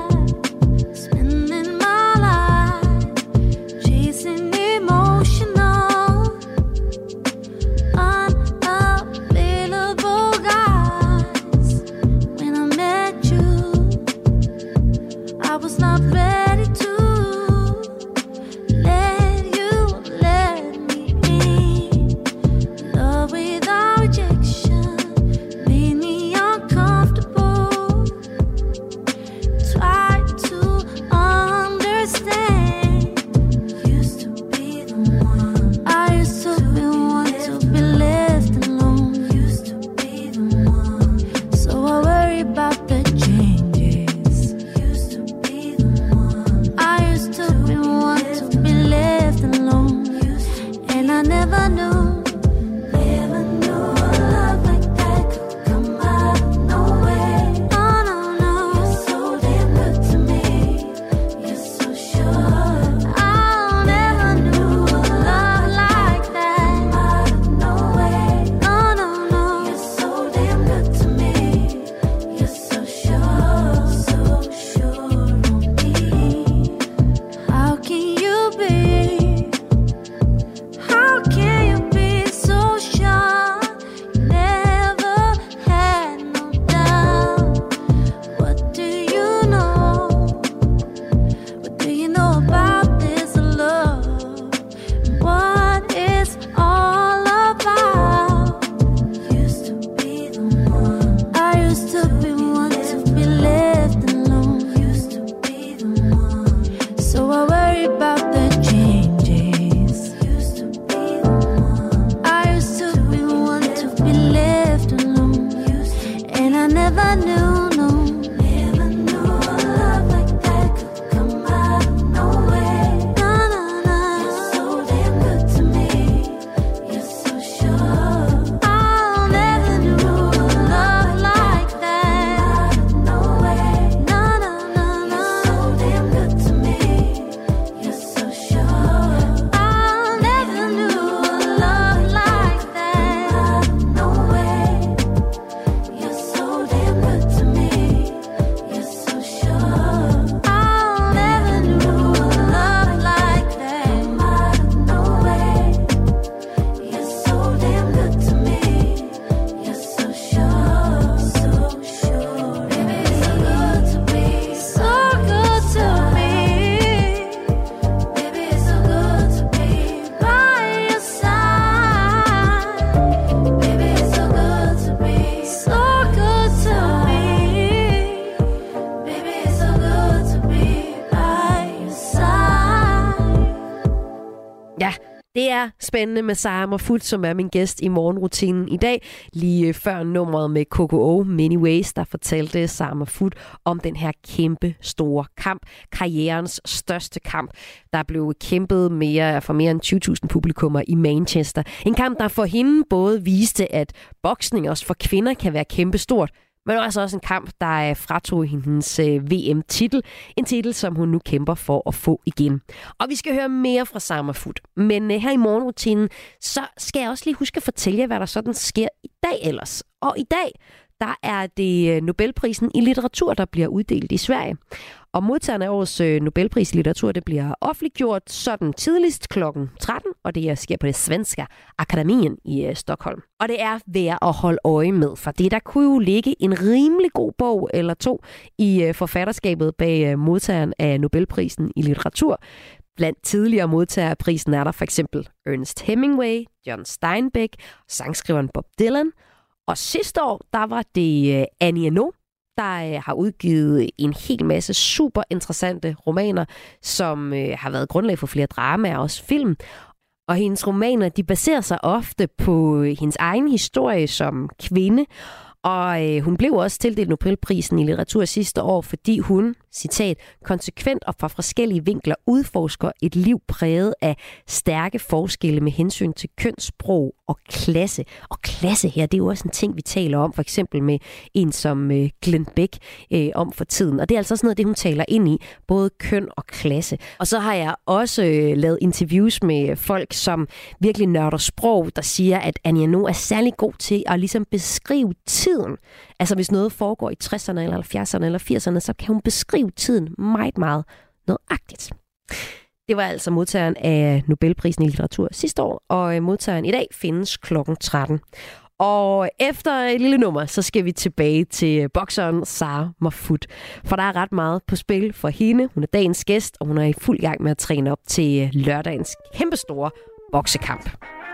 ready to let you let me in. Love without rejection made me uncomfortable. Try to understand. Used to be the one. I used to be one to be left alone. Used to be the one. So I worry about the changes. Used to be the one. I used to be one to be left alone. And I never knew, never knew a love like that could come out of nowhere. Oh no, no, you're so damn good to me. You're so sure. I never knew a love like that out of nowhere. Oh no, no, you're so damn good to me. You're so sure, so sure on me. How can you be? How can you be so sure? Never had no doubt. What do you know? What do you know about this love? What is all about? Used to be the one. I used to be one to be left alone. Used to be the one. So I worry about the changes. Used to be the one. I used to be one to be left alone. And I never knew, no, never knew a love like that could come out of nowhere. No, no, no, you're so damn good to me. You're so sure. I never knew a love like that out of nowhere. No, no, no, no, you're so damn good to me. You're so sure. I never knew a love like that out of nowhere. You're so damn good to me. You're so sure. I never knew a love like that out of nowhere. You're so damn good to me. You're so sure, so sure. Baby, it's so good to be, so good to me. Baby, it's so good to be by your side. Baby, it's so good to be, so good to me. Baby, it's so good to be by your side. Ja, det er spændende med Sarah Mahfoud, som er min gæst i morgenrutinen i dag. Lige før nummeret med K K O, Many Ways, der fortalte Sarah Mahfoud om den her kæmpe store kamp. Karrierens største kamp. Der blev kæmpet mere for mere end tyve tusind publikummer i Manchester. En kamp, der for hende både viste, at boksning også for kvinder kan være kæmpestort, men også også en kamp, der fratog hendes V M-titel. En titel, som hun nu kæmper for at få igen. Og vi skal høre mere fra Sarah Mahfoud. Men her i morgenrutinen, så skal jeg også lige huske at fortælle jer, hvad der sådan sker i dag ellers. Og i dag, der er det Nobelprisen i litteratur, der bliver uddelt i Sverige. Og modtagerne af årets Nobelpris i litteratur, det bliver offentliggjort sådan tidligst klokken tretten, og det sker på det Svenska Akademien i Stockholm. Og det er værd at holde øje med, for det der kunne jo ligge en rimelig god bog eller to i forfatterskabet bag modtageren af Nobelprisen i litteratur. Blandt tidligere modtagere af prisen er der for eksempel Ernest Hemingway, John Steinbeck, sangskriveren Bob Dylan. Og sidste år, der var det Annie Ernaux, der har udgivet en hel masse super interessante romaner, som har været grundlag for flere dramaer og også film. Og hendes romaner, de baserer sig ofte på hendes egen historie som kvinde. Og øh, hun blev også tildelt Nobelprisen i litteratur sidste år, fordi hun, citat, konsekvent og fra forskellige vinkler udforsker et liv præget af stærke forskelle med hensyn til køn, sprog og klasse. Og klasse her, det er jo også en ting, vi taler om, for eksempel med en som øh, Glenn Beck øh, om for tiden. Og det er altså sådan noget, det hun taler ind i, både køn og klasse. Og så har jeg også øh, lavet interviews med folk, som virkelig nørder sprog, der siger, at Annie Ernaux er særlig god til at ligesom beskrive tiden. Altså hvis noget foregår i tresserne eller halvfjerdserne eller firserne, så kan hun beskrive tiden meget, meget nøjagtigt. Det var altså modtageren af Nobelprisen i litteratur sidste år, og modtageren i dag findes klokken tretten. Og efter et lille nummer, så skal vi tilbage til bokseren Sara Mahfoud. For der er ret meget på spil for hende. Hun er dagens gæst, og hun er i fuld gang med at træne op til lørdagens kæmpestore boksekamp.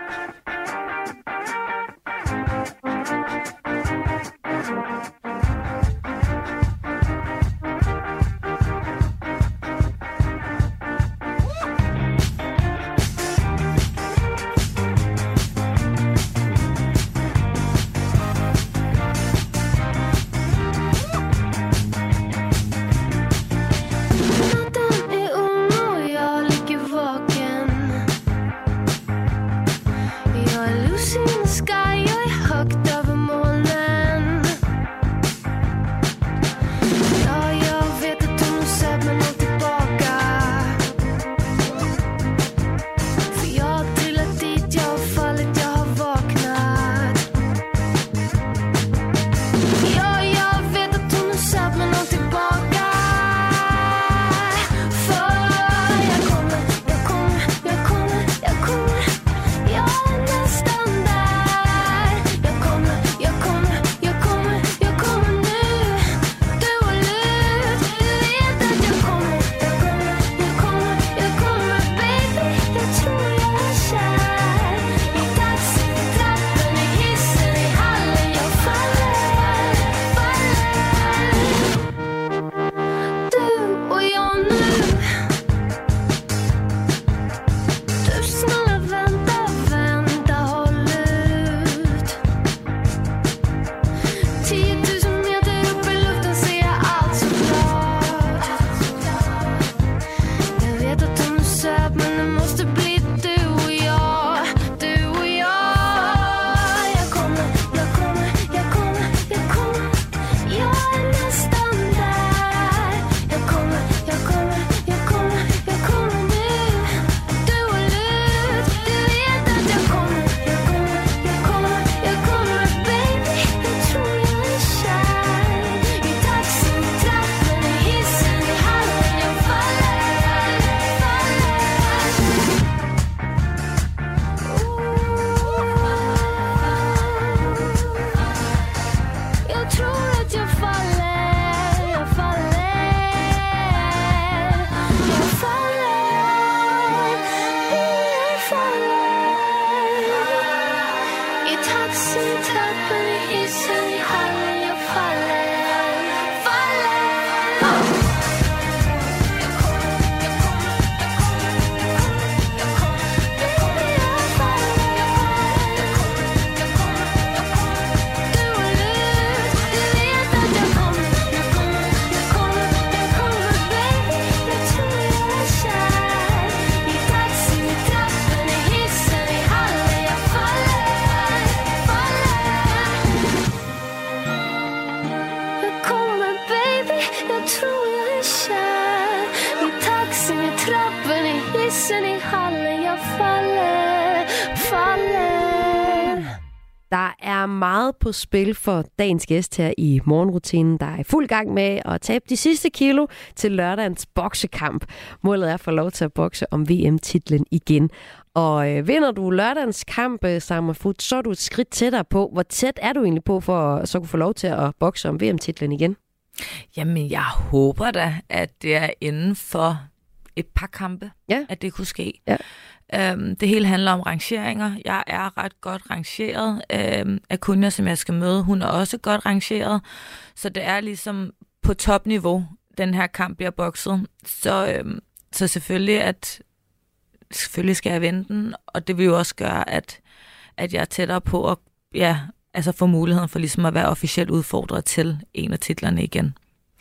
Der er meget på spil for dagens gæst her i morgenrutinen, der er i fuld gang med at tabe de sidste kilo til lørdagens boksekamp. Målet er at få lov til at bokse om V M-titlen igen. Og øh, vinder du lørdagens kamp, Sara Mahfoud, så er du et skridt tættere på. Hvor tæt er du egentlig på for at så kunne få lov til at bokse om V M-titlen igen? Jamen, jeg håber da, at det er inden for et par kampe, ja. At det kunne ske. Ja. Øhm, det hele handler om rangeringer. Jeg er ret godt rangeret. Øhm, Acuna, som jeg skal møde, hun er også godt rangeret. Så det er ligesom på topniveau, den her kamp bliver bokset. Så, øhm, så selvfølgelig, at, selvfølgelig skal jeg vinde den, og det vil jo også gøre, at, at jeg er tættere på at ja, altså få muligheden for ligesom at være officielt udfordret til en af titlerne igen.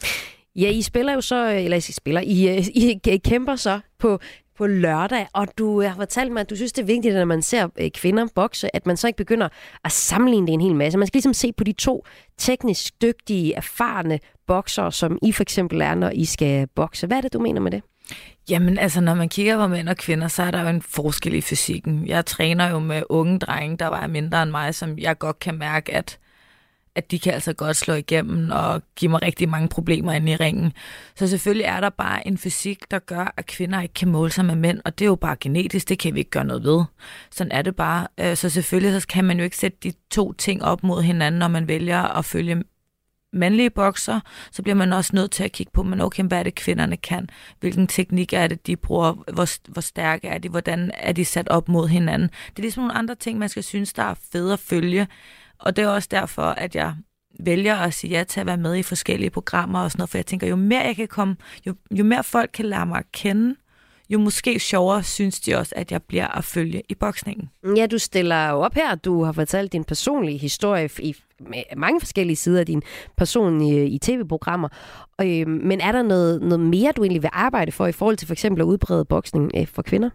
Ja, I spiller jo så, eller I spiller, I, I kæmper så på, på lørdag, og du har fortalt mig, at du synes, det er vigtigt, at når man ser kvinder bokse, at man så ikke begynder at sammenligne det en hel masse. Man skal ligesom se på de to teknisk dygtige, erfarne boksere, som I for eksempel er, når I skal bokse. Hvad er det, du mener med det? Jamen altså, når man kigger på mænd og kvinder, så er der jo en forskel i fysikken. Jeg træner jo med unge drenge, der var mindre end mig, som jeg godt kan mærke, at at de kan altså godt slå igennem og give mig rigtig mange problemer inde i ringen. Så selvfølgelig er der bare en fysik, der gør, at kvinder ikke kan måle sig med mænd, og det er jo bare genetisk, det kan vi ikke gøre noget ved. Sådan er det bare. Så selvfølgelig så kan man jo ikke sætte de to ting op mod hinanden, når man vælger at følge mandlige bokser, så bliver man også nødt til at kigge på, men okay, hvad er det kvinderne kan? Hvilken teknik er det, de bruger? Hvor, hvor stærke er de? Hvordan er de sat op mod hinanden? Det er ligesom nogle andre ting, man skal synes, der er fede at følge. Og det er også derfor, at jeg vælger at sige ja til at være med i forskellige programmer og sådan noget, for jeg tænker, jo mere jeg kan komme, jo, jo mere folk kan lære mig at kende, jo måske sjovere synes de også, at jeg bliver at følge i boksningen. Ja, du stiller jo op her. Du har fortalt din personlige historie i med mange forskellige sider af din person i, i tv-programmer. Øh, men er der noget, noget mere, du egentlig vil arbejde for i forhold til for eksempel at udbrede boksning øh, for kvinder?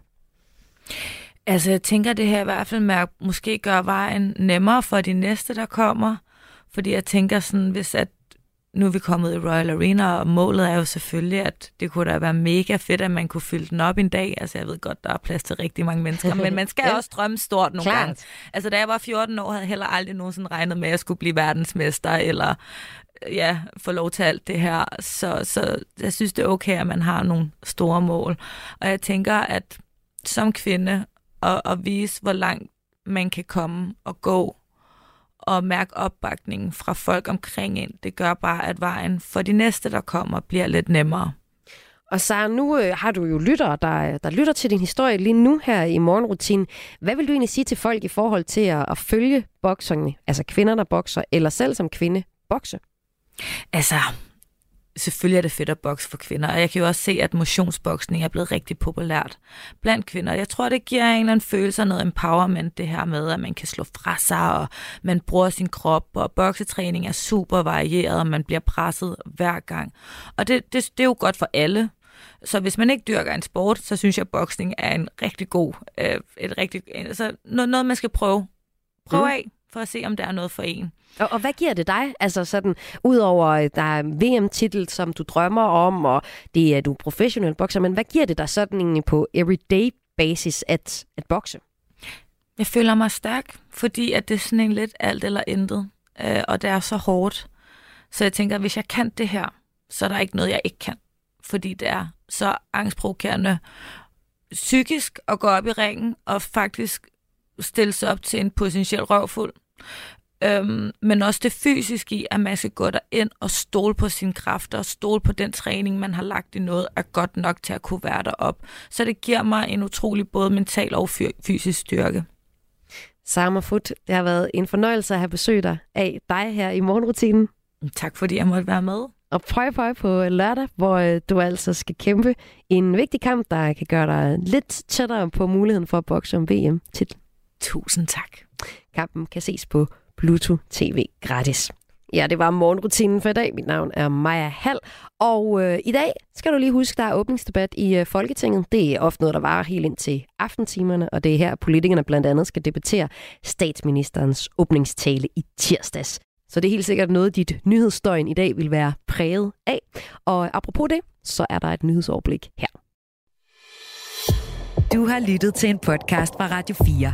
Altså, jeg tænker det her i hvert fald med at måske gøre vejen nemmere for de næste, der kommer. Fordi jeg tænker sådan, hvis at nu er vi kommet i Royal Arena, og målet er jo selvfølgelig, at det kunne da være mega fedt, at man kunne fylde den op en dag. Altså, jeg ved godt, der er plads til rigtig mange mennesker, men man skal ja. også drømme stort nogle Klart. gange. Altså, da jeg var fjorten år, havde jeg heller aldrig nogensinde regnet med, at jeg skulle blive verdensmester, eller ja, få lov til alt det her. Så, så jeg synes, det er okay, at man har nogle store mål. Og jeg tænker, at som kvinde, at, at vise, hvor langt man kan komme og gå, og mærke opbakningen fra folk omkring en. Det gør bare, at vejen for de næste, der kommer, bliver lidt nemmere. Og så nu øh, har du jo lyttere, der, der lytter til din historie lige nu her i morgenrutinen. Hvad vil du egentlig sige til folk i forhold til at, at følge bokserne, altså kvinder, der bokser, eller selv som kvinde bokse? Altså, selvfølgelig er det fedt at bokse for kvinder, og jeg kan jo også se, at motionsboksning er blevet rigtig populært blandt kvinder. Jeg tror, det giver en eller anden følelse af noget empowerment, det her med, at man kan slå fra sig, og man bruger sin krop, og boksetræning er super varieret, og man bliver presset hver gang. Og det, det, det er jo godt for alle. Så hvis man ikke dyrker en sport, så synes jeg, at boksning er en rigtig god, øh, et rigtig, altså noget, noget, man skal prøve. Prøv mm. af, for at se, om der er noget for en. Og, og hvad giver det dig? Altså sådan, udover der er V M-titel, som du drømmer om, og det er du er professionel bokser, men hvad giver det dig sådan egentlig på everyday basis at, at bokse? Jeg føler mig stærk, fordi at det er sådan en lidt alt eller intet, øh, og det er så hårdt. Så jeg tænker, at hvis jeg kan det her, så er der ikke noget, jeg ikke kan. Fordi det er så angstprovokerende psykisk at gå op i ringen og faktisk stille sig op til en potentiel røvfuld. Øhm, men også det fysiske i, at man skal gå derind og stole på sine kræfter og stole på den træning, man har lagt i noget, er godt nok til at kunne være derop. Så det giver mig en utrolig både mental og fysisk styrke. Sarma Foot, det har været en fornøjelse at have besøg dig af dig her i morgenrutinen. Tak fordi jeg måtte være med. Og prøv på på lørdag, hvor du altså skal kæmpe en vigtig kamp, der kan gøre dig lidt tættere på muligheden for at bokse om V M-titel. Tusind tak. Kampen kan ses på Pluto T V gratis. Ja, det var morgenrutinen for i dag. Mit navn er Maja Hall, og øh, i dag skal du lige huske, der er åbningsdebat i øh, Folketinget. Det er ofte noget, der varer helt ind til aftentimerne, og det er her, politikerne blandt andet skal debattere statsministerens åbningstale i tirsdags. Så det er helt sikkert noget, dit nyhedsstøjen i dag vil være præget af. Og apropos det, så er der et nyhedsoverblik her. Du har lyttet til en podcast fra Radio fire.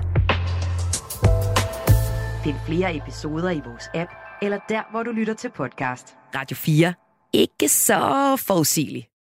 Find flere episoder i vores app, eller der, hvor du lytter til podcast. Radio fire. Ikke så forudsigeligt.